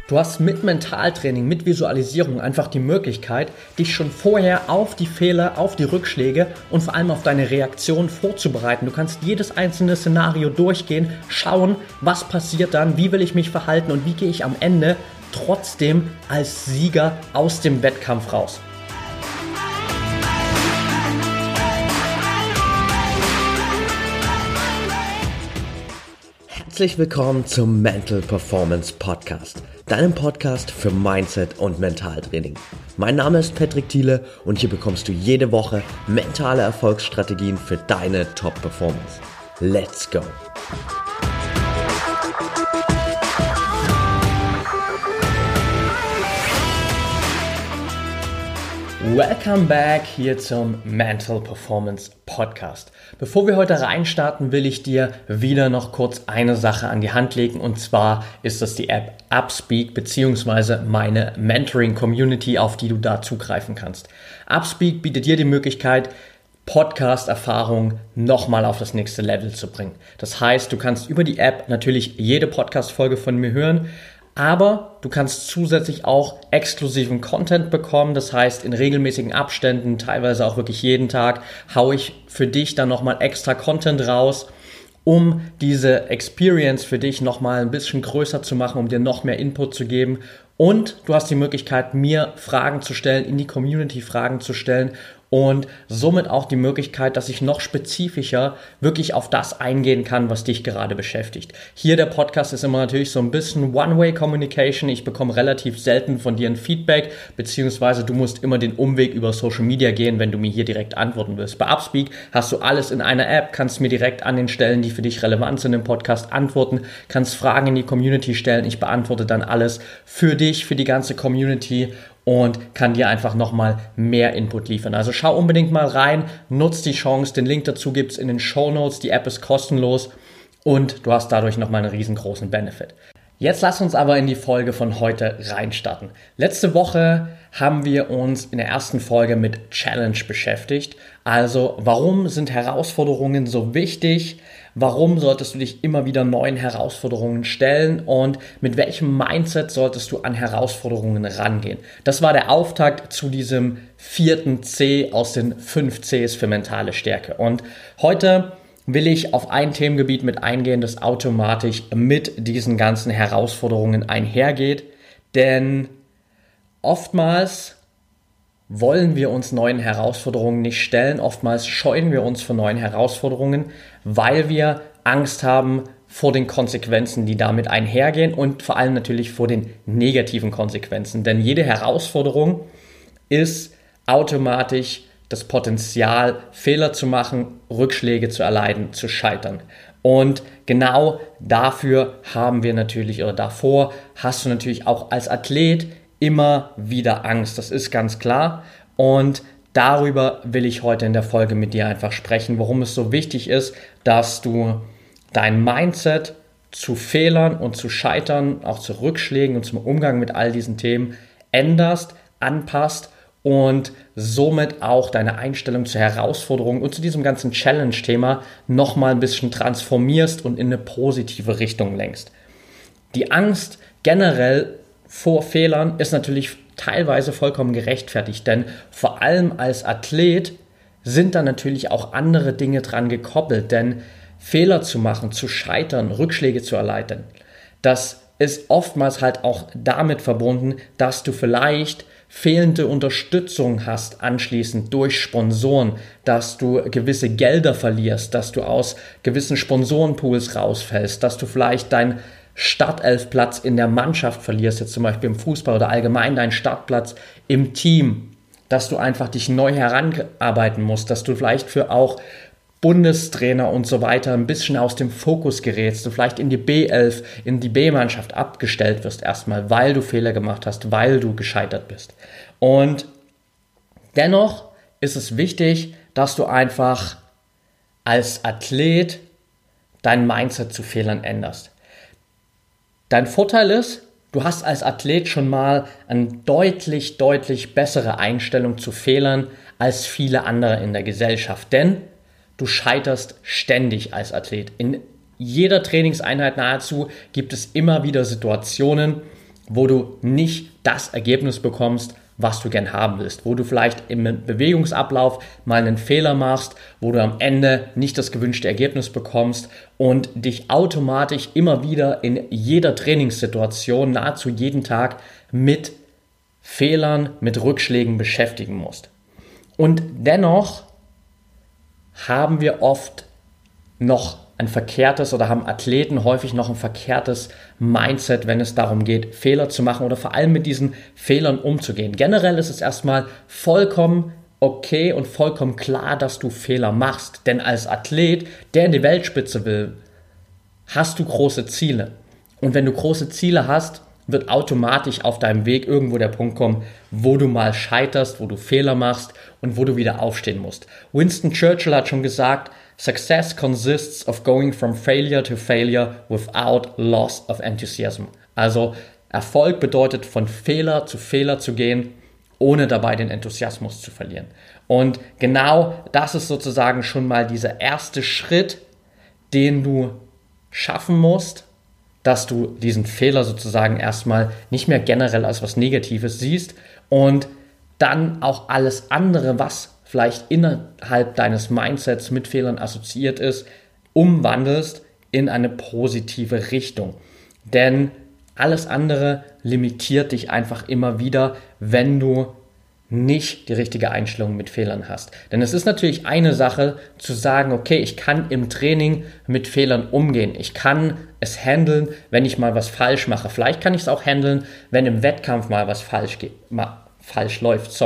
Du hast mit Mentaltraining, mit Visualisierung einfach die Möglichkeit, dich schon vorher auf die Fehler, auf die Rückschläge und vor allem auf deine Reaktion vorzubereiten. Du kannst jedes einzelne Szenario durchgehen, schauen, was passiert dann, wie will ich mich verhalten und wie gehe ich am Ende trotzdem als Sieger aus dem Wettkampf raus. Herzlich willkommen zum Mental Performance Podcast, deinem Podcast für Mindset und Mentaltraining. Mein Name ist Patrick Thiele und hier bekommst du jede Woche mentale Erfolgsstrategien für deine Top-Performance. Let's go! Welcome back hier zum Mental Performance Podcast. Bevor wir heute reinstarten, will ich dir wieder noch kurz eine Sache an die Hand legen, und zwar ist das die App Upspeak bzw. meine Mentoring-Community, auf die du da zugreifen kannst. Upspeak bietet dir die Möglichkeit, Podcast-Erfahrung nochmal auf das nächste Level zu bringen. Das heißt, du kannst über die App natürlich jede Podcast-Folge von mir hören, aber du kannst zusätzlich auch exklusiven Content bekommen. Das heißt, in regelmäßigen Abständen, teilweise auch wirklich jeden Tag, haue ich für dich dann nochmal extra Content raus, um diese Experience für dich nochmal ein bisschen größer zu machen, um dir noch mehr Input zu geben. Und du hast die Möglichkeit, mir Fragen zu stellen, in die Community Fragen zu stellen und somit auch die Möglichkeit, dass ich noch spezifischer wirklich auf das eingehen kann, was dich gerade beschäftigt. Hier der Podcast ist immer natürlich so ein bisschen One-Way-Communication. Ich bekomme relativ selten von dir ein Feedback, beziehungsweise du musst immer den Umweg über Social Media gehen, wenn du mir hier direkt antworten willst. Bei Upspeak hast du alles in einer App, kannst mir direkt an den Stellen, die für dich relevant sind im Podcast, antworten, kannst Fragen in die Community stellen. Ich beantworte dann alles für dich, für die ganze Community und kann dir einfach nochmal mehr Input liefern. Also schau unbedingt mal rein, nutz die Chance, den Link dazu gibt's in den Shownotes, die App ist kostenlos und du hast dadurch nochmal einen riesengroßen Benefit. Jetzt lass uns aber in die Folge von heute reinstarten. Letzte Woche haben wir uns in der ersten Folge mit Challenge beschäftigt. Also warum sind Herausforderungen so wichtig? Warum solltest du dich immer wieder neuen Herausforderungen stellen und mit welchem Mindset solltest du an Herausforderungen rangehen? Das war der Auftakt zu diesem 4. C aus den 5 Cs für mentale Stärke. Und heute will ich auf ein Themengebiet mit eingehen, das automatisch mit diesen ganzen Herausforderungen einhergeht. Denn oftmals wollen wir uns neuen Herausforderungen nicht stellen. Oftmals scheuen wir uns vor neuen Herausforderungen, weil wir Angst haben vor den Konsequenzen, die damit einhergehen und vor allem natürlich vor den negativen Konsequenzen. Denn jede Herausforderung ist automatisch das Potenzial, Fehler zu machen, Rückschläge zu erleiden, zu scheitern. Und genau dafür haben wir natürlich, oder davor hast du natürlich auch als Athlet immer wieder Angst. Das ist ganz klar. Und darüber will ich heute in der Folge mit dir einfach sprechen, warum es so wichtig ist, dass du dein Mindset zu Fehlern und zu Scheitern, auch zu Rückschlägen und zum Umgang mit all diesen Themen änderst, anpasst und somit auch deine Einstellung zur Herausforderung und zu diesem ganzen Challenge-Thema nochmal ein bisschen transformierst und in eine positive Richtung lenkst. Die Angst generell vor Fehlern ist natürlich teilweise vollkommen gerechtfertigt, denn vor allem als Athlet sind da natürlich auch andere Dinge dran gekoppelt, denn Fehler zu machen, zu scheitern, Rückschläge zu erleiden, das ist oftmals halt auch damit verbunden, dass du vielleicht fehlende Unterstützung hast anschließend durch Sponsoren, dass du gewisse Gelder verlierst, dass du aus gewissen Sponsorenpools rausfällst, dass du vielleicht dein Startelfplatz in der Mannschaft verlierst, jetzt zum Beispiel im Fußball oder allgemein deinen Startplatz im Team, dass du einfach dich neu heranarbeiten musst, dass du vielleicht für auch Bundestrainer und so weiter ein bisschen aus dem Fokus gerätst, du vielleicht in die B11, in die B-Mannschaft abgestellt wirst erstmal, weil du Fehler gemacht hast, weil du gescheitert bist. Und dennoch ist es wichtig, dass du einfach als Athlet dein Mindset zu Fehlern änderst. Dein Vorteil ist, du hast als Athlet schon mal eine deutlich bessere Einstellung zu Fehlern als viele andere in der Gesellschaft, denn du scheiterst ständig als Athlet. In jeder Trainingseinheit nahezu gibt es immer wieder Situationen, wo du nicht das Ergebnis bekommst, was du gern haben willst, wo du vielleicht im Bewegungsablauf mal einen Fehler machst, wo du am Ende nicht das gewünschte Ergebnis bekommst und dich automatisch immer wieder in jeder Trainingssituation, nahezu jeden Tag mit Fehlern, mit Rückschlägen beschäftigen musst. Und dennoch haben wir oft noch ein verkehrtes oder haben Athleten häufig noch ein verkehrtes Mindset, wenn es darum geht, Fehler zu machen oder vor allem mit diesen Fehlern umzugehen. Generell ist es erstmal vollkommen okay und vollkommen klar, dass du Fehler machst. Denn als Athlet, der in die Weltspitze will, hast du große Ziele. Und wenn du große Ziele hast, wird automatisch auf deinem Weg irgendwo der Punkt kommen, wo du mal scheiterst, wo du Fehler machst und wo du wieder aufstehen musst. Winston Churchill hat schon gesagt, Success consists of going from failure to failure without loss of enthusiasm. Also Erfolg bedeutet, von Fehler zu gehen, ohne dabei den Enthusiasmus zu verlieren. Und genau das ist sozusagen schon mal dieser erste Schritt, den du schaffen musst, dass du diesen Fehler sozusagen erstmal nicht mehr generell als was Negatives siehst und dann auch alles andere, was vielleicht innerhalb deines Mindsets mit Fehlern assoziiert ist, umwandelst in eine positive Richtung. Denn alles andere limitiert dich einfach immer wieder, wenn du nicht die richtige Einstellung mit Fehlern hast. Denn es ist natürlich eine Sache zu sagen, okay, ich kann im Training mit Fehlern umgehen. Ich kann es handeln, wenn ich mal was falsch mache. Vielleicht kann ich es auch handeln, wenn im Wettkampf mal was falsch läuft.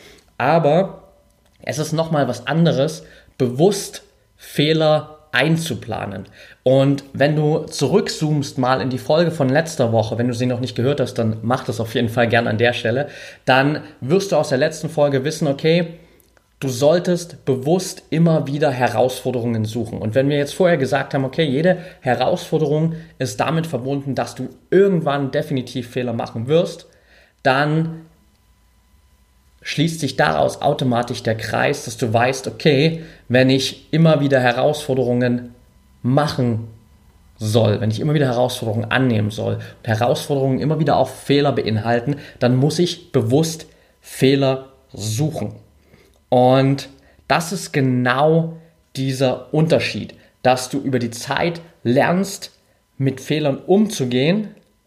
Aber es ist nochmal was anderes, bewusst Fehler einzuplanen. Und wenn du zurückzoomst mal in die Folge von letzter Woche, wenn du sie noch nicht gehört hast, dann mach das auf jeden Fall gern an der Stelle, dann wirst du aus der letzten Folge wissen, okay, du solltest bewusst immer wieder Herausforderungen suchen. Und wenn wir jetzt vorher gesagt haben, okay, jede Herausforderung ist damit verbunden, dass du irgendwann definitiv Fehler machen wirst, dann schließt sich daraus automatisch der Kreis, dass du weißt, okay, wenn ich immer wieder Herausforderungen machen soll, wenn ich immer wieder Herausforderungen annehmen soll und Herausforderungen immer wieder auch Fehler beinhalten, dann muss ich bewusst Fehler suchen. Und das ist genau dieser Unterschied, dass du über die Zeit lernst, mit Fehlern umzugehen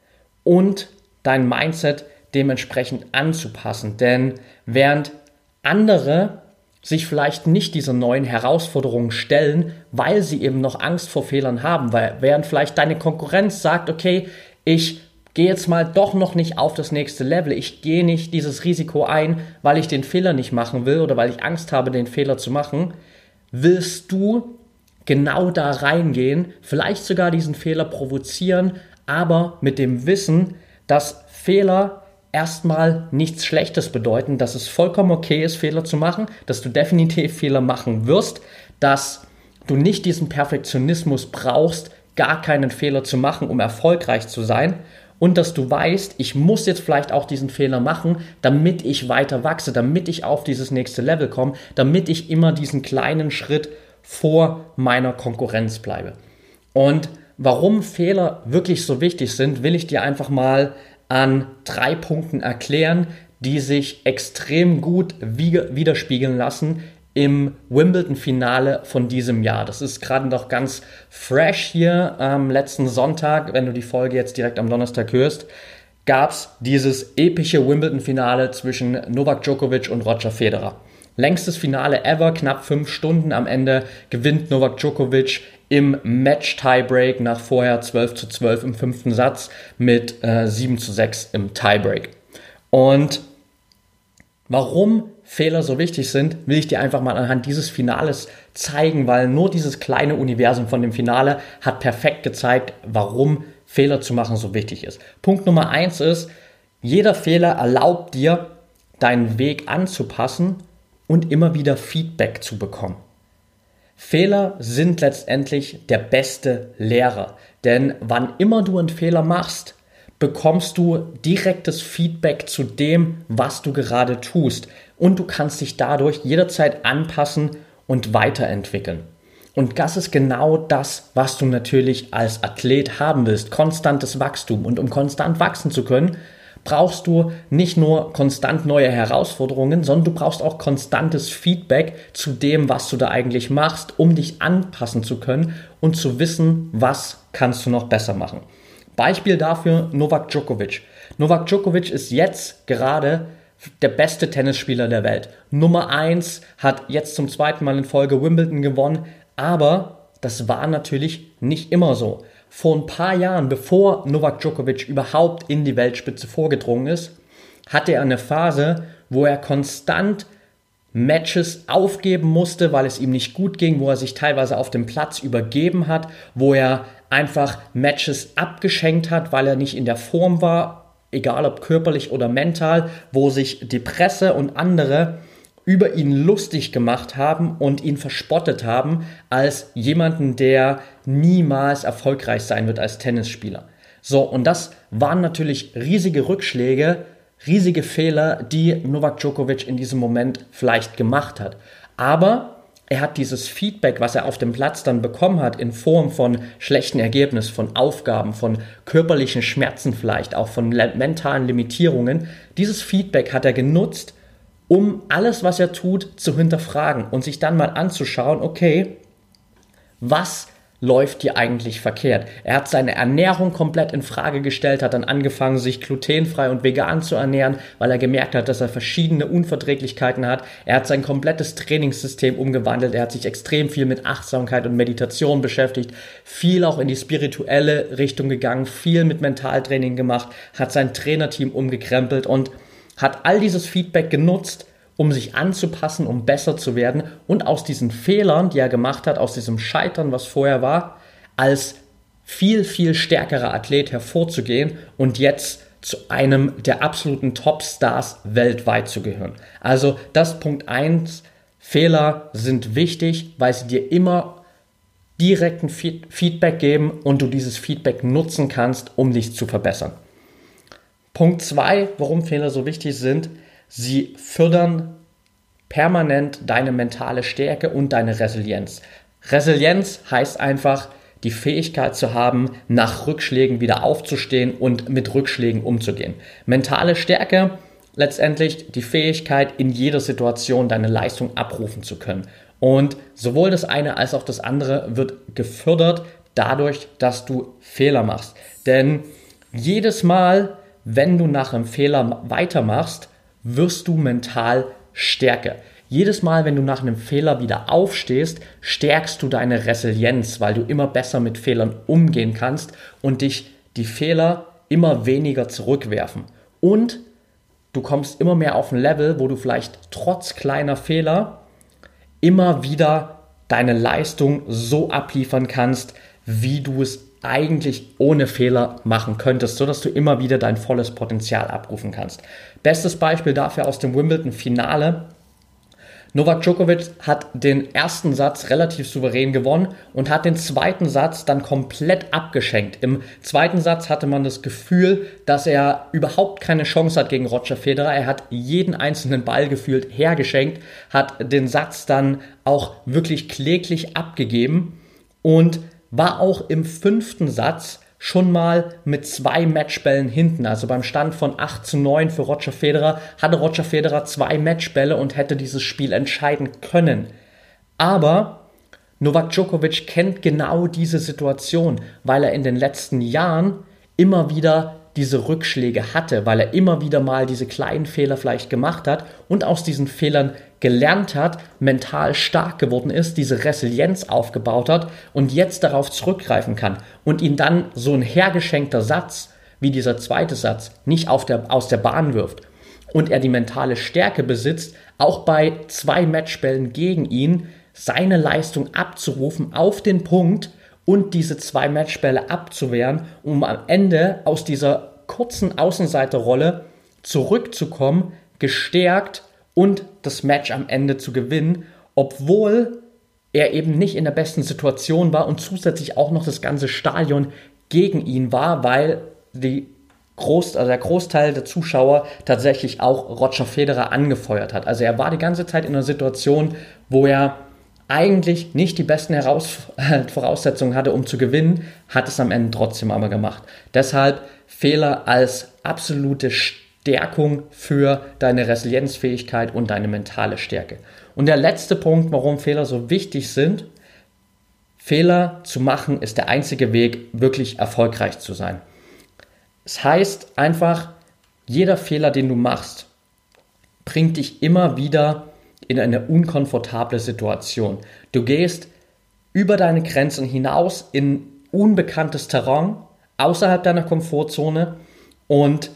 und dein Mindset dementsprechend anzupassen. Denn während andere sich vielleicht nicht diese neuen Herausforderungen stellen, weil sie eben noch Angst vor Fehlern haben, weil während vielleicht deine Konkurrenz sagt, okay, ich gehe jetzt mal doch noch nicht auf das nächste Level, ich gehe nicht dieses Risiko ein, weil ich den Fehler nicht machen will oder weil ich Angst habe, den Fehler zu machen, willst du genau da reingehen, vielleicht sogar diesen Fehler provozieren, aber mit dem Wissen, dass Fehler erstmal nichts Schlechtes bedeuten, dass es vollkommen okay ist, Fehler zu machen, dass du definitiv Fehler machen wirst, dass du nicht diesen Perfektionismus brauchst, gar keinen Fehler zu machen, um erfolgreich zu sein und dass du weißt, ich muss jetzt vielleicht auch diesen Fehler machen, damit ich weiter wachse, damit ich auf dieses nächste Level komme, damit ich immer diesen kleinen Schritt vor meiner Konkurrenz bleibe. Und warum Fehler wirklich so wichtig sind, will ich dir einfach mal an 3 Punkten erklären, die sich extrem gut widerspiegeln lassen im Wimbledon-Finale von diesem Jahr. Das ist gerade noch ganz fresh hier am letzten Sonntag. Wenn du die Folge jetzt direkt am Donnerstag hörst, gab es dieses epische Wimbledon-Finale zwischen Novak Djokovic und Roger Federer. Längstes Finale ever, knapp 5 Stunden. Am Ende gewinnt Novak Djokovic im Match-Tiebreak nach vorher 12:12 im 5. Satz mit 7:6 im Tiebreak. Und warum Fehler so wichtig sind, will ich dir einfach mal anhand dieses Finales zeigen, weil nur dieses kleine Universum von dem Finale hat perfekt gezeigt, warum Fehler zu machen so wichtig ist. Punkt Nummer 1 ist, jeder Fehler erlaubt dir, deinen Weg anzupassen und immer wieder Feedback zu bekommen. Fehler sind letztendlich der beste Lehrer, denn wann immer du einen Fehler machst, bekommst du direktes Feedback zu dem, was du gerade tust und du kannst dich dadurch jederzeit anpassen und weiterentwickeln. Und das ist genau das, was du natürlich als Athlet haben willst, konstantes Wachstum. Und um konstant wachsen zu können, brauchst du nicht nur konstant neue Herausforderungen, sondern du brauchst auch konstantes Feedback zu dem, was du da eigentlich machst, um dich anpassen zu können und zu wissen, was kannst du noch besser machen. Beispiel dafür Novak Djokovic. Novak Djokovic ist jetzt gerade der beste Tennisspieler der Welt. Nummer 1, hat jetzt zum zweiten Mal in Folge Wimbledon gewonnen, aber das war natürlich nicht immer so. Vor ein paar Jahren, bevor Novak Djokovic überhaupt in die Weltspitze vorgedrungen ist, hatte er eine Phase, wo er konstant Matches aufgeben musste, weil es ihm nicht gut ging, wo er sich teilweise auf dem Platz übergeben hat, wo er einfach Matches abgeschenkt hat, weil er nicht in der Form war, egal ob körperlich oder mental, wo sich die Presse und andere über ihn lustig gemacht haben und ihn verspottet haben als jemanden, der niemals erfolgreich sein wird als Tennisspieler. So, und das waren natürlich riesige Rückschläge, riesige Fehler, die Novak Djokovic in diesem Moment vielleicht gemacht hat. Aber er hat dieses Feedback, was er auf dem Platz dann bekommen hat, in Form von schlechten Ergebnissen, von Aufgaben, von körperlichen Schmerzen vielleicht, auch von mentalen Limitierungen, dieses Feedback hat er genutzt, um alles, was er tut, zu hinterfragen und sich dann mal anzuschauen, okay, was läuft hier eigentlich verkehrt? Er hat seine Ernährung komplett in Frage gestellt, hat dann angefangen, sich glutenfrei und vegan zu ernähren, weil er gemerkt hat, dass er verschiedene Unverträglichkeiten hat. Er hat sein komplettes Trainingssystem umgewandelt, er hat sich extrem viel mit Achtsamkeit und Meditation beschäftigt, viel auch in die spirituelle Richtung gegangen, viel mit Mentaltraining gemacht, hat sein Trainerteam umgekrempelt und hat all dieses Feedback genutzt, um sich anzupassen, um besser zu werden und aus diesen Fehlern, die er gemacht hat, aus diesem Scheitern, was vorher war, als viel, viel stärkerer Athlet hervorzugehen und jetzt zu einem der absoluten Topstars weltweit zu gehören. Also das Punkt 1, Fehler sind wichtig, weil sie dir immer direkten Feedback geben und du dieses Feedback nutzen kannst, um dich zu verbessern. Punkt 2, warum Fehler so wichtig sind: Sie fördern permanent deine mentale Stärke und deine Resilienz. Resilienz heißt einfach, die Fähigkeit zu haben, nach Rückschlägen wieder aufzustehen und mit Rückschlägen umzugehen. Mentale Stärke, letztendlich die Fähigkeit, in jeder Situation deine Leistung abrufen zu können. Und sowohl das eine als auch das andere wird gefördert dadurch, dass du Fehler machst. Denn jedes Mal, wenn du nach einem Fehler weitermachst, wirst du mental stärker. Jedes Mal, wenn du nach einem Fehler wieder aufstehst, stärkst du deine Resilienz, weil du immer besser mit Fehlern umgehen kannst und dich die Fehler immer weniger zurückwerfen. Und du kommst immer mehr auf ein Level, wo du vielleicht trotz kleiner Fehler immer wieder deine Leistung so abliefern kannst, wie du es eigentlich ohne Fehler machen könntest, sodass du immer wieder dein volles Potenzial abrufen kannst. Bestes Beispiel dafür aus dem Wimbledon-Finale: Novak Djokovic hat den ersten Satz relativ souverän gewonnen und hat den zweiten Satz dann komplett abgeschenkt. Im zweiten Satz hatte man das Gefühl, dass er überhaupt keine Chance hat gegen Roger Federer. Er hat jeden einzelnen Ball gefühlt hergeschenkt, hat den Satz dann auch wirklich kläglich abgegeben und war auch im 5. Satz schon mal mit 2 Matchbällen hinten. Also beim Stand von 8:9 für Roger Federer hatte Roger Federer 2 Matchbälle und hätte dieses Spiel entscheiden können. Aber Novak Djokovic kennt genau diese Situation, weil er in den letzten Jahren immer wieder diese Rückschläge hatte, weil er immer wieder mal diese kleinen Fehler vielleicht gemacht hat und aus diesen Fehlern gelernt hat, mental stark geworden ist, diese Resilienz aufgebaut hat und jetzt darauf zurückgreifen kann und ihn dann so ein hergeschenkter Satz wie dieser zweite Satz nicht aus der Bahn wirft und er die mentale Stärke besitzt, auch bei 2 Matchbällen gegen ihn seine Leistung abzurufen auf den Punkt und diese 2 Matchbälle abzuwehren, um am Ende aus dieser kurzen Außenseiterrolle zurückzukommen, gestärkt und das Match am Ende zu gewinnen, obwohl er eben nicht in der besten Situation war und zusätzlich auch noch das ganze Stadion gegen ihn war, weil der Großteil der Zuschauer tatsächlich auch Roger Federer angefeuert hat. Also er war die ganze Zeit in einer Situation, wo er eigentlich nicht die besten Voraussetzungen hatte, um zu gewinnen, hat es am Ende trotzdem aber gemacht. Deshalb Fehler als absolute Stärkung für deine Resilienzfähigkeit und deine mentale Stärke. Und der letzte Punkt, warum Fehler so wichtig sind: Fehler zu machen ist der einzige Weg, wirklich erfolgreich zu sein. Das heißt einfach, jeder Fehler, den du machst, bringt dich immer wieder in eine unkomfortable Situation. Du gehst über deine Grenzen hinaus in unbekanntes Terrain, außerhalb deiner Komfortzone und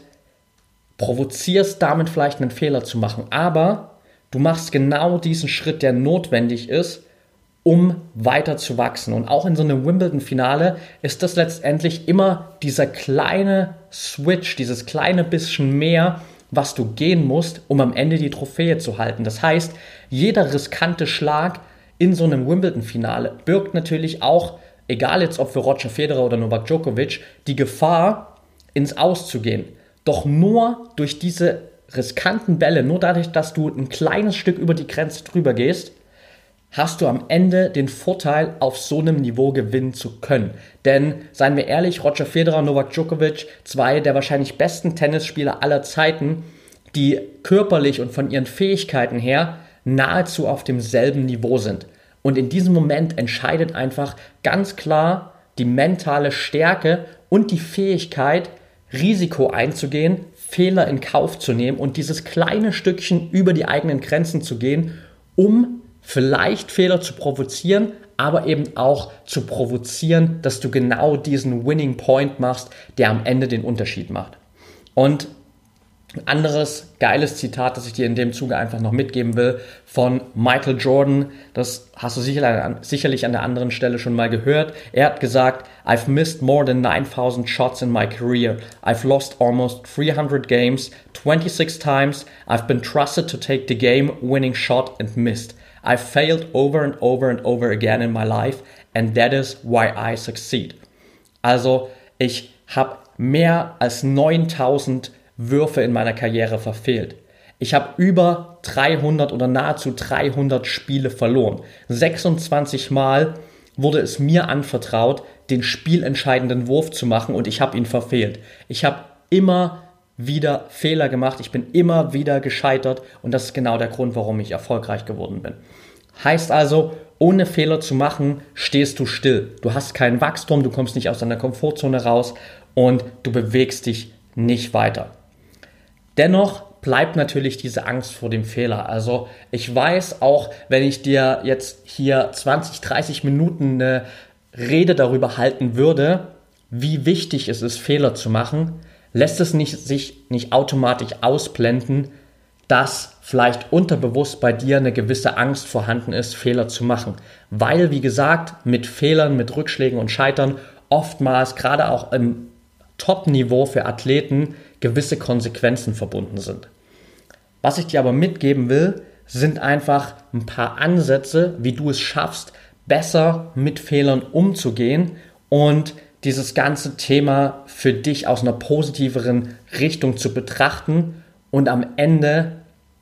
provozierst damit vielleicht einen Fehler zu machen. Aber du machst genau diesen Schritt, der notwendig ist, um weiter zu wachsen. Und auch in so einem Wimbledon-Finale ist das letztendlich immer dieser kleine Switch, dieses kleine bisschen mehr, was du gehen musst, um am Ende die Trophäe zu halten. Das heißt, jeder riskante Schlag in so einem Wimbledon-Finale birgt natürlich auch, egal jetzt ob für Roger Federer oder Novak Djokovic, die Gefahr, ins Aus zu gehen. Doch nur durch diese riskanten Bälle, nur dadurch, dass du ein kleines Stück über die Grenze drüber gehst, hast du am Ende den Vorteil, auf so einem Niveau gewinnen zu können. Denn, seien wir ehrlich, Roger Federer und Novak Djokovic, zwei der wahrscheinlich besten Tennisspieler aller Zeiten, die körperlich und von ihren Fähigkeiten her nahezu auf demselben Niveau sind. Und in diesem Moment entscheidet einfach ganz klar die mentale Stärke und die Fähigkeit, Risiko einzugehen, Fehler in Kauf zu nehmen und dieses kleine Stückchen über die eigenen Grenzen zu gehen, um vielleicht Fehler zu provozieren, aber eben auch zu provozieren, dass du genau diesen Winning Point machst, der am Ende den Unterschied macht. Und ein anderes geiles Zitat, das ich dir in dem Zuge einfach noch mitgeben will, von Michael Jordan, das hast du sicherlich an der anderen Stelle schon mal gehört. Er hat gesagt: I've missed more than 9,000 shots in my career. I've lost almost 300 games, 26 times. I've been trusted to take the game-winning shot and missed. I've failed over and over and over again in my life, and that is why I succeed. Also, ich habe mehr als 9.000 Würfe in meiner Karriere verfehlt. Ich habe über 300 oder nahezu 300 Spiele verloren. 26 Mal wurde es mir anvertraut, den spielentscheidenden Wurf zu machen, und ich habe ihn verfehlt. Ich habe immer wieder Fehler gemacht, ich bin immer wieder gescheitert, und das ist genau der Grund, warum ich erfolgreich geworden bin. Heißt also, ohne Fehler zu machen, stehst du still. Du hast kein Wachstum, du kommst nicht aus deiner Komfortzone raus und du bewegst dich nicht weiter. Dennoch bleibt natürlich diese Angst vor dem Fehler. Also ich weiß, auch wenn ich dir jetzt hier 20, 30 Minuten eine Rede darüber halten würde, wie wichtig es ist, Fehler zu machen, lässt es sich nicht automatisch ausblenden, dass vielleicht unterbewusst bei dir eine gewisse Angst vorhanden ist, Fehler zu machen. Weil, wie gesagt, mit Fehlern, mit Rückschlägen und Scheitern oftmals, gerade auch im Top-Niveau für Athleten, gewisse Konsequenzen verbunden sind. Was ich dir aber mitgeben will, sind einfach ein paar Ansätze, wie du es schaffst, besser mit Fehlern umzugehen und dieses ganze Thema für dich aus einer positiveren Richtung zu betrachten und am Ende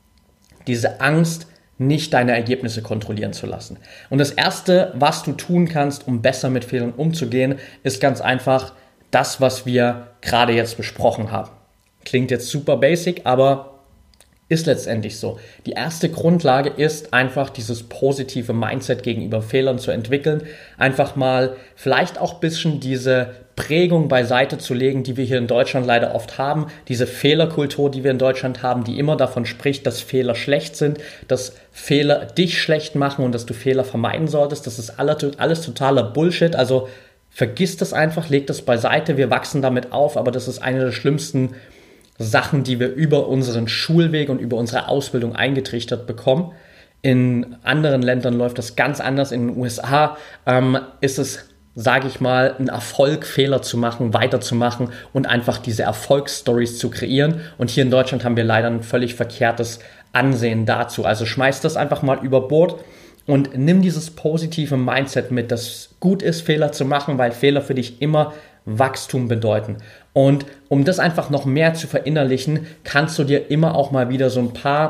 diese Angst nicht deine Ergebnisse kontrollieren zu lassen. Und das Erste, was du tun kannst, um besser mit Fehlern umzugehen, ist ganz einfach das, was wir gerade jetzt besprochen haben. Klingt jetzt super basic, aber ist letztendlich so. Die erste Grundlage ist einfach dieses positive Mindset gegenüber Fehlern zu entwickeln. Einfach mal vielleicht auch ein bisschen diese Prägung beiseite zu legen, die wir hier in Deutschland leider oft haben. Diese Fehlerkultur, die wir in Deutschland haben, die immer davon spricht, dass Fehler schlecht sind, dass Fehler dich schlecht machen und dass du Fehler vermeiden solltest. Das ist alles totaler Bullshit. Also vergiss das einfach, leg das beiseite. Wir wachsen damit auf, aber das ist eine der schlimmsten Sachen, die wir über unseren Schulweg und über unsere Ausbildung eingetrichtert bekommen. In anderen Ländern läuft das ganz anders. In den USA ist es, sage ich mal, ein Erfolg, Fehler zu machen, weiterzumachen und einfach diese Erfolgsstories zu kreieren. Und hier in Deutschland haben wir leider ein völlig verkehrtes Ansehen dazu. Also schmeiß das einfach mal über Bord und nimm dieses positive Mindset mit, dass gut ist, Fehler zu machen, weil Fehler für dich immer Wachstum bedeuten. Und um das einfach noch mehr zu verinnerlichen, kannst du dir immer auch mal wieder so ein paar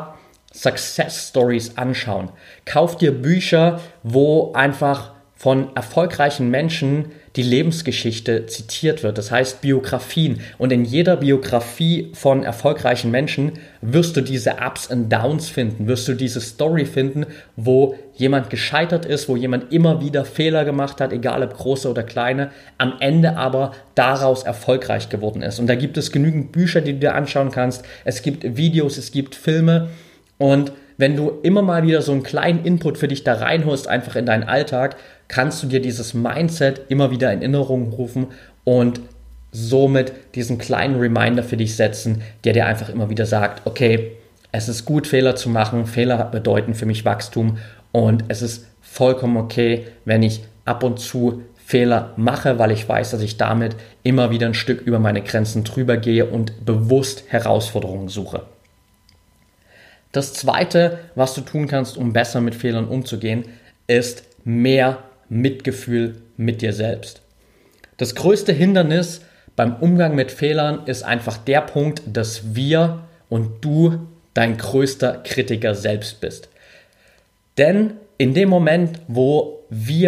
Success Stories anschauen. Kauf dir Bücher, wo einfach von erfolgreichen Menschen die Lebensgeschichte zitiert wird. Das heißt Biografien. Und in jeder Biografie von erfolgreichen Menschen wirst du diese Ups und Downs finden, wirst du diese Story finden, wo jemand gescheitert ist, wo jemand immer wieder Fehler gemacht hat, egal ob große oder kleine, am Ende aber daraus erfolgreich geworden ist. Und da gibt es genügend Bücher, die du dir anschauen kannst. Es gibt Videos, es gibt Filme. Und wenn du immer mal wieder so einen kleinen Input für dich da reinholst, einfach in deinen Alltag, kannst du dir dieses Mindset immer wieder in Erinnerung rufen und somit diesen kleinen Reminder für dich setzen, der dir einfach immer wieder sagt, okay, es ist gut, Fehler zu machen, Fehler bedeuten für mich Wachstum und es ist vollkommen okay, wenn ich ab und zu Fehler mache, weil ich weiß, dass ich damit immer wieder ein Stück über meine Grenzen drüber gehe und bewusst Herausforderungen suche. Das Zweite, was du tun kannst, um besser mit Fehlern umzugehen, ist mehr Mitgefühl mit dir selbst. Das größte Hindernis beim Umgang mit Fehlern ist einfach der Punkt, dass wir und du dein größter Kritiker selbst bist. Denn in dem Moment, wo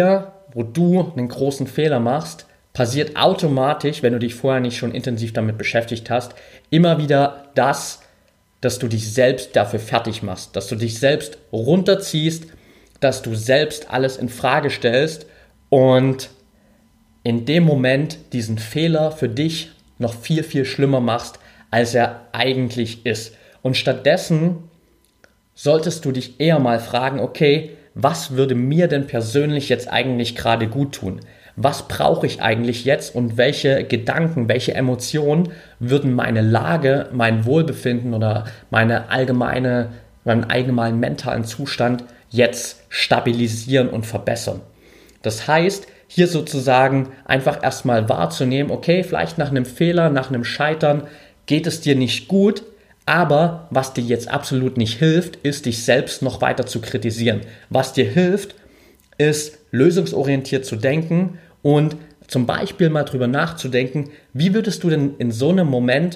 du einen großen Fehler machst, passiert automatisch, wenn du dich vorher nicht schon intensiv damit beschäftigt hast, immer wieder das, dass du dich selbst dafür fertig machst, dass du dich selbst runterziehst, dass du selbst alles in Frage stellst und in dem Moment diesen Fehler für dich noch viel, viel schlimmer machst, als er eigentlich ist. Und stattdessen solltest du dich eher mal fragen, okay, was würde mir denn persönlich jetzt eigentlich gerade gut tun? Was brauche ich eigentlich jetzt und welche Gedanken, welche Emotionen würden meine Lage, mein Wohlbefinden oder meinen allgemeinen mentalen Zustand jetzt stabilisieren und verbessern? Das heißt, hier sozusagen einfach erstmal wahrzunehmen, okay, vielleicht nach einem Fehler, nach einem Scheitern geht es dir nicht gut, aber was dir jetzt absolut nicht hilft, ist, dich selbst noch weiter zu kritisieren. Was dir hilft, ist, lösungsorientiert zu denken und zum Beispiel mal drüber nachzudenken, wie würdest du denn in so einem Moment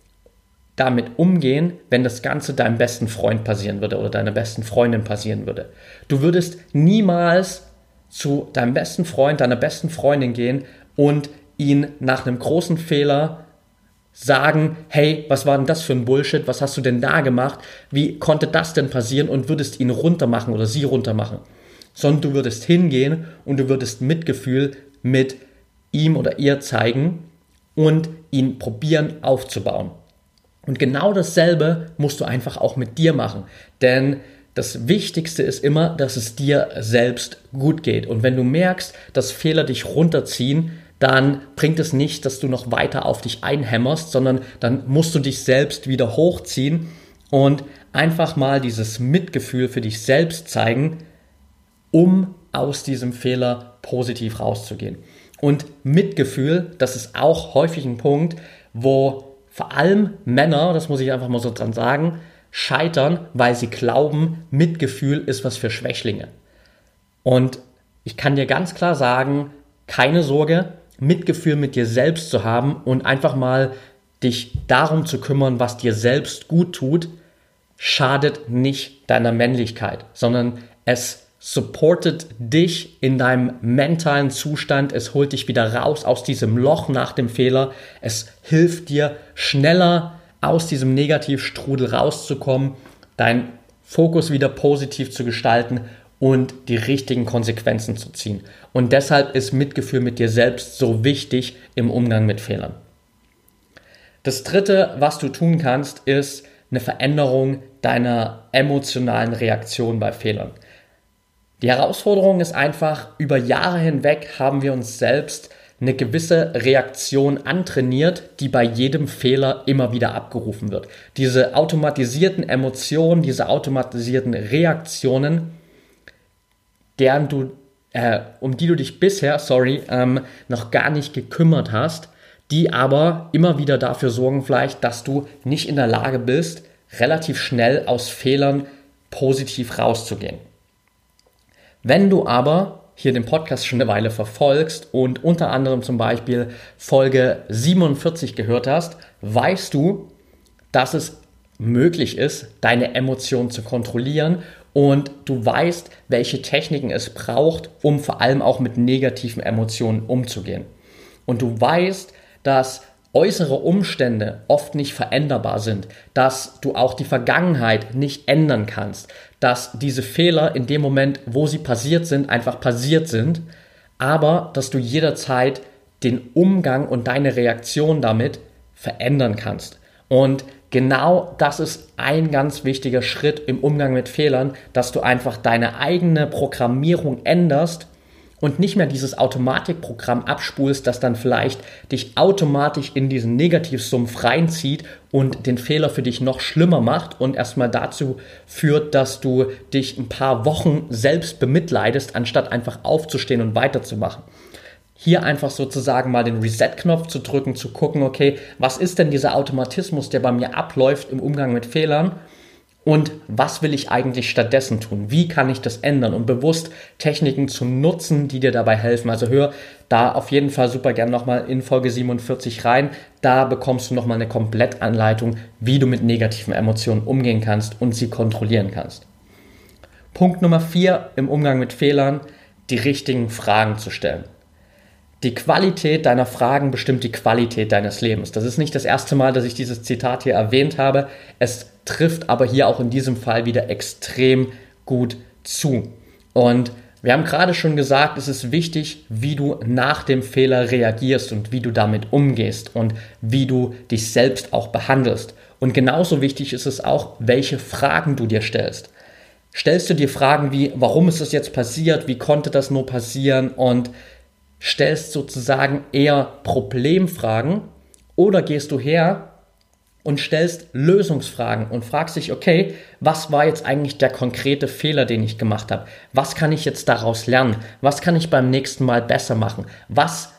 damit umgehen, wenn das Ganze deinem besten Freund passieren würde oder deiner besten Freundin passieren würde. Du würdest niemals zu deinem besten Freund, deiner besten Freundin gehen und ihn nach einem großen Fehler sagen, hey, was war denn das für ein Bullshit, was hast du denn da gemacht, wie konnte das denn passieren und würdest ihn runtermachen oder sie runtermachen. Sondern du würdest hingehen und du würdest Mitgefühl mit ihm oder ihr zeigen und ihn probieren aufzubauen. Und genau dasselbe musst du einfach auch mit dir machen, denn das Wichtigste ist immer, dass es dir selbst gut geht. Und wenn du merkst, dass Fehler dich runterziehen, dann bringt es nicht, dass du noch weiter auf dich einhämmerst, sondern dann musst du dich selbst wieder hochziehen und einfach mal dieses Mitgefühl für dich selbst zeigen, um aus diesem Fehler positiv rauszugehen. Und Mitgefühl, das ist auch häufig ein Punkt, wo vor allem Männer, das muss ich einfach mal so dran sagen, scheitern, weil sie glauben, Mitgefühl ist was für Schwächlinge. Und ich kann dir ganz klar sagen, keine Sorge, Mitgefühl mit dir selbst zu haben und einfach mal dich darum zu kümmern, was dir selbst gut tut, schadet nicht deiner Männlichkeit, sondern es supportet dich in deinem mentalen Zustand, es holt dich wieder raus aus diesem Loch nach dem Fehler, es hilft dir schneller aus diesem Negativstrudel rauszukommen, deinen Fokus wieder positiv zu gestalten und die richtigen Konsequenzen zu ziehen. Und deshalb ist Mitgefühl mit dir selbst so wichtig im Umgang mit Fehlern. Das Dritte, was du tun kannst, ist eine Veränderung deiner emotionalen Reaktion bei Fehlern. Die Herausforderung ist einfach, über Jahre hinweg haben wir uns selbst eine gewisse Reaktion antrainiert, die bei jedem Fehler immer wieder abgerufen wird. Diese automatisierten Emotionen, diese automatisierten Reaktionen, um die du dich bisher, noch gar nicht gekümmert hast, die aber immer wieder dafür sorgen vielleicht, dass du nicht in der Lage bist, relativ schnell aus Fehlern positiv rauszugehen. Wenn du aber hier den Podcast schon eine Weile verfolgst und unter anderem zum Beispiel Folge 47 gehört hast, weißt du, dass es möglich ist, deine Emotionen zu kontrollieren und du weißt, welche Techniken es braucht, um vor allem auch mit negativen Emotionen umzugehen. Und du weißt, dass äußere Umstände oft nicht veränderbar sind, dass du auch die Vergangenheit nicht ändern kannst, dass diese Fehler in dem Moment, wo sie passiert sind, einfach passiert sind, aber dass du jederzeit den Umgang und deine Reaktion damit verändern kannst. Und genau das ist ein ganz wichtiger Schritt im Umgang mit Fehlern, dass du einfach deine eigene Programmierung änderst und nicht mehr dieses Automatikprogramm abspulst, das dann vielleicht dich automatisch in diesen Negativsumpf reinzieht und den Fehler für dich noch schlimmer macht und erstmal dazu führt, dass du dich ein paar Wochen selbst bemitleidest, anstatt einfach aufzustehen und weiterzumachen. Hier einfach sozusagen mal den Reset-Knopf zu drücken, zu gucken, okay, was ist denn dieser Automatismus, der bei mir abläuft im Umgang mit Fehlern und was will ich eigentlich stattdessen tun? Wie kann ich das ändern und bewusst Techniken zu nutzen, die dir dabei helfen? Also hör da auf jeden Fall super gern nochmal in Folge 47 rein. Da bekommst du nochmal eine Komplettanleitung, wie du mit negativen Emotionen umgehen kannst und sie kontrollieren kannst. Punkt Nummer 4 im Umgang mit Fehlern, die richtigen Fragen zu stellen. Die Qualität deiner Fragen bestimmt die Qualität deines Lebens. Das ist nicht das erste Mal, dass ich dieses Zitat hier erwähnt habe. Es trifft aber hier auch in diesem Fall wieder extrem gut zu. Und wir haben gerade schon gesagt, es ist wichtig, wie du nach dem Fehler reagierst und wie du damit umgehst und wie du dich selbst auch behandelst. Und genauso wichtig ist es auch, welche Fragen du dir stellst. Stellst du dir Fragen wie, warum ist das jetzt passiert? Wie konnte das nur passieren? Und stellst sozusagen eher Problemfragen oder gehst du her und stellst Lösungsfragen und fragst dich, okay, was war jetzt eigentlich der konkrete Fehler, den ich gemacht habe? Was kann ich jetzt daraus lernen? Was kann ich beim nächsten Mal besser machen? Was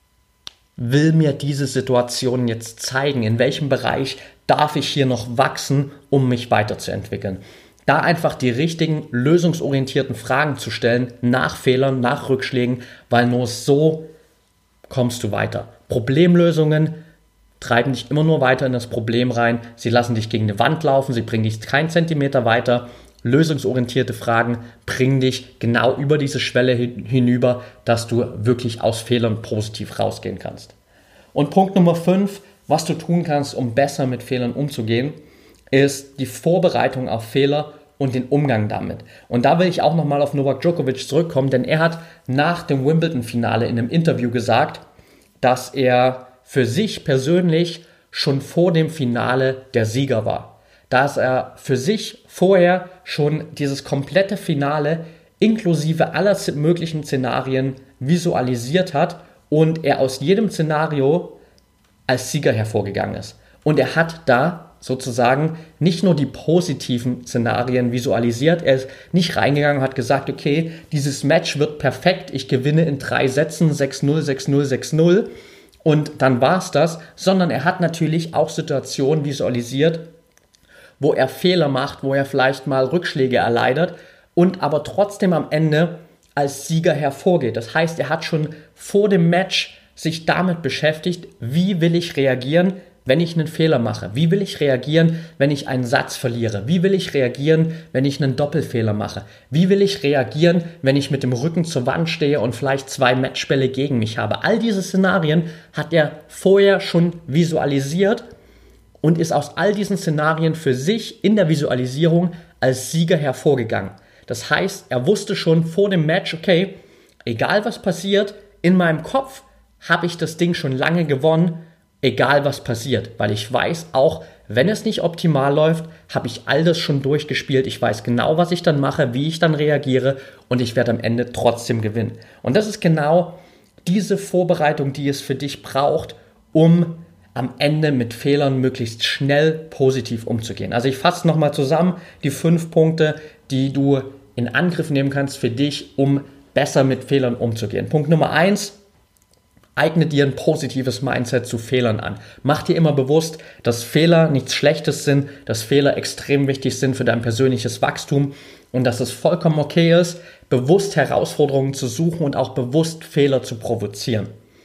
will mir diese Situation jetzt zeigen? In welchem Bereich darf ich hier noch wachsen, um mich weiterzuentwickeln? Da einfach die richtigen, lösungsorientierten Fragen zu stellen, nach Fehlern, nach Rückschlägen, weil nur so kommst du weiter. Problemlösungen treiben dich immer nur weiter in das Problem rein, sie lassen dich gegen eine Wand laufen, sie bringen dich keinen Zentimeter weiter. Lösungsorientierte Fragen bringen dich genau über diese Schwelle hinüber, dass du wirklich aus Fehlern positiv rausgehen kannst. Und Punkt Nummer 5, was du tun kannst, um besser mit Fehlern umzugehen, ist die Vorbereitung auf Fehler und den Umgang damit. Und da will ich auch nochmal auf Novak Djokovic zurückkommen, denn er hat nach dem Wimbledon-Finale in einem Interview gesagt, dass er für sich persönlich schon vor dem Finale der Sieger war. Dass er für sich vorher schon dieses komplette Finale inklusive aller möglichen Szenarien visualisiert hat und er aus jedem Szenario als Sieger hervorgegangen ist. Und er hat da sozusagen nicht nur die positiven Szenarien visualisiert, er ist nicht reingegangen und hat gesagt, okay, dieses Match wird perfekt, ich gewinne in 3 Sätzen 6-0, 6-0, 6-0 und dann war's das, sondern er hat natürlich auch Situationen visualisiert, wo er Fehler macht, wo er vielleicht mal Rückschläge erleidet und aber trotzdem am Ende als Sieger hervorgeht. Das heißt, er hat schon vor dem Match sich damit beschäftigt, wie will ich reagieren, wenn ich einen Fehler mache? Wie will ich reagieren, wenn ich einen Satz verliere? Wie will ich reagieren, wenn ich einen Doppelfehler mache? Wie will ich reagieren, wenn ich mit dem Rücken zur Wand stehe und vielleicht 2 Matchbälle gegen mich habe? All diese Szenarien hat er vorher schon visualisiert und ist aus all diesen Szenarien für sich in der Visualisierung als Sieger hervorgegangen. Das heißt, er wusste schon vor dem Match, okay, egal was passiert, in meinem Kopf habe ich das Ding schon lange gewonnen, egal was passiert, weil ich weiß auch, wenn es nicht optimal läuft, habe ich all das schon durchgespielt. Ich weiß genau, was ich dann mache, wie ich dann reagiere und ich werde am Ende trotzdem gewinnen. Und das ist genau diese Vorbereitung, die es für dich braucht, um am Ende mit Fehlern möglichst schnell positiv umzugehen. Also ich fasse nochmal zusammen die 5 Punkte, die du in Angriff nehmen kannst für dich, um besser mit Fehlern umzugehen. Punkt Nummer 1. Eigne dir ein positives Mindset zu Fehlern an. Mach dir immer bewusst, dass Fehler nichts Schlechtes sind, dass Fehler extrem wichtig sind für dein persönliches Wachstum und dass es vollkommen okay ist, bewusst Herausforderungen zu suchen und auch bewusst Fehler zu provozieren.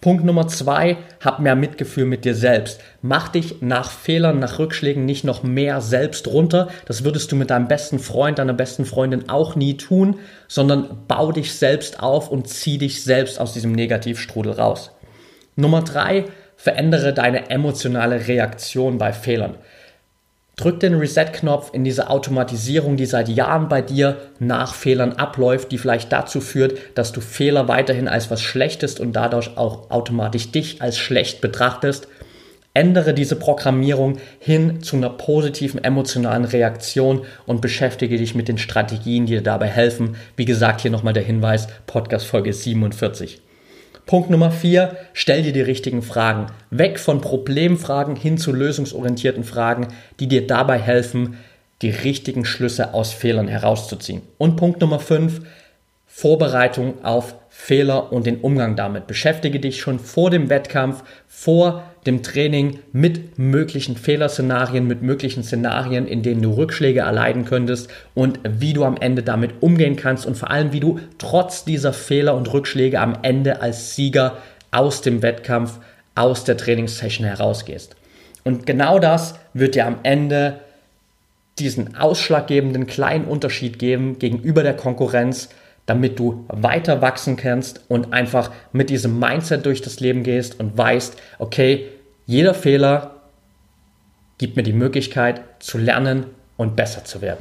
Punkt Nummer 2, hab mehr Mitgefühl mit dir selbst. Mach dich nach Fehlern, nach Rückschlägen nicht noch mehr selbst runter. Das würdest du mit deinem besten Freund, deiner besten Freundin auch nie tun, sondern bau dich selbst auf und zieh dich selbst aus diesem Negativstrudel raus. Nummer 3, verändere deine emotionale Reaktion bei Fehlern. Drück den Reset-Knopf in diese Automatisierung, die seit Jahren bei dir nach Fehlern abläuft, die vielleicht dazu führt, dass du Fehler weiterhin als was Schlechtes und dadurch auch automatisch dich als schlecht betrachtest. Ändere diese Programmierung hin zu einer positiven emotionalen Reaktion und beschäftige dich mit den Strategien, die dir dabei helfen. Wie gesagt, hier nochmal der Hinweis, Podcast Folge 47. Punkt Nummer 4, stell dir die richtigen Fragen. Weg von Problemfragen hin zu lösungsorientierten Fragen, die dir dabei helfen, die richtigen Schlüsse aus Fehlern herauszuziehen. Und Punkt Nummer 5, Vorbereitung auf Fehler und den Umgang damit. Beschäftige dich schon vor dem Wettkampf, vor dem Training mit möglichen Fehlerszenarien, mit möglichen Szenarien, in denen du Rückschläge erleiden könntest und wie du am Ende damit umgehen kannst und vor allem, wie du trotz dieser Fehler und Rückschläge am Ende als Sieger aus dem Wettkampf, aus der Trainingssession herausgehst. Und genau das wird dir am Ende diesen ausschlaggebenden kleinen Unterschied geben gegenüber der Konkurrenz, damit du weiter wachsen kannst und einfach mit diesem Mindset durch das Leben gehst und weißt, okay, jeder Fehler gibt mir die Möglichkeit zu lernen und besser zu werden.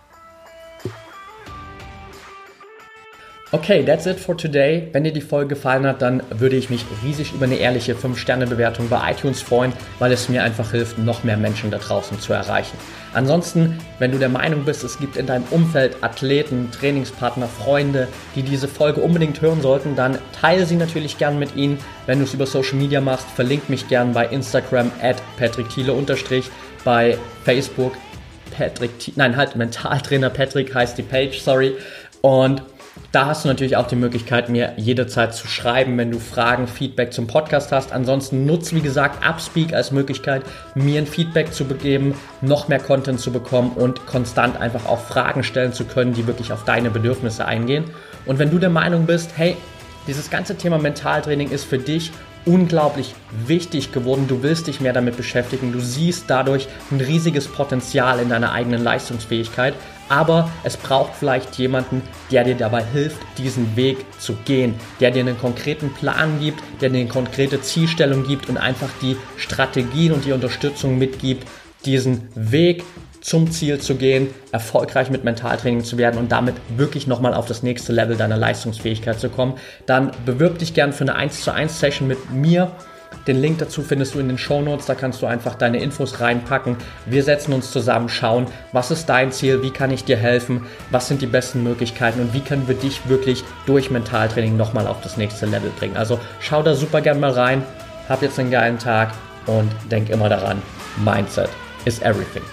Okay, that's it for today. Wenn dir die Folge gefallen hat, dann würde ich mich riesig über eine ehrliche 5-Sterne-Bewertung bei iTunes freuen, weil es mir einfach hilft, noch mehr Menschen da draußen zu erreichen. Ansonsten, wenn du der Meinung bist, es gibt in deinem Umfeld Athleten, Trainingspartner, Freunde, die diese Folge unbedingt hören sollten, dann teile sie natürlich gern mit ihnen. Wenn du es über Social Media machst, verlink mich gern bei Instagram @patrickthiele_, bei Facebook Mentaltrainer Patrick heißt die Page, und da hast du natürlich auch die Möglichkeit, mir jederzeit zu schreiben, wenn du Fragen, Feedback zum Podcast hast. Ansonsten nutze, wie gesagt, Upspeak als Möglichkeit, mir ein Feedback zu geben, noch mehr Content zu bekommen und konstant einfach auch Fragen stellen zu können, die wirklich auf deine Bedürfnisse eingehen. Und wenn du der Meinung bist, hey, dieses ganze Thema Mentaltraining ist für dich unglaublich wichtig geworden, du willst dich mehr damit beschäftigen, du siehst dadurch ein riesiges Potenzial in deiner eigenen Leistungsfähigkeit, aber es braucht vielleicht jemanden, der dir dabei hilft, diesen Weg zu gehen, der dir einen konkreten Plan gibt, der dir eine konkrete Zielstellung gibt und einfach die Strategien und die Unterstützung mitgibt, diesen Weg zum Ziel zu gehen, erfolgreich mit Mentaltraining zu werden und damit wirklich nochmal auf das nächste Level deiner Leistungsfähigkeit zu kommen, dann bewirb dich gern für eine 1:1 Session mit mir. Den Link dazu findest du in den Shownotes, da kannst du einfach deine Infos reinpacken. Wir setzen uns zusammen, schauen, was ist dein Ziel, wie kann ich dir helfen, was sind die besten Möglichkeiten und wie können wir dich wirklich durch Mentaltraining nochmal auf das nächste Level bringen. Also schau da super gern mal rein, hab jetzt einen geilen Tag und denk immer daran, Mindset is everything.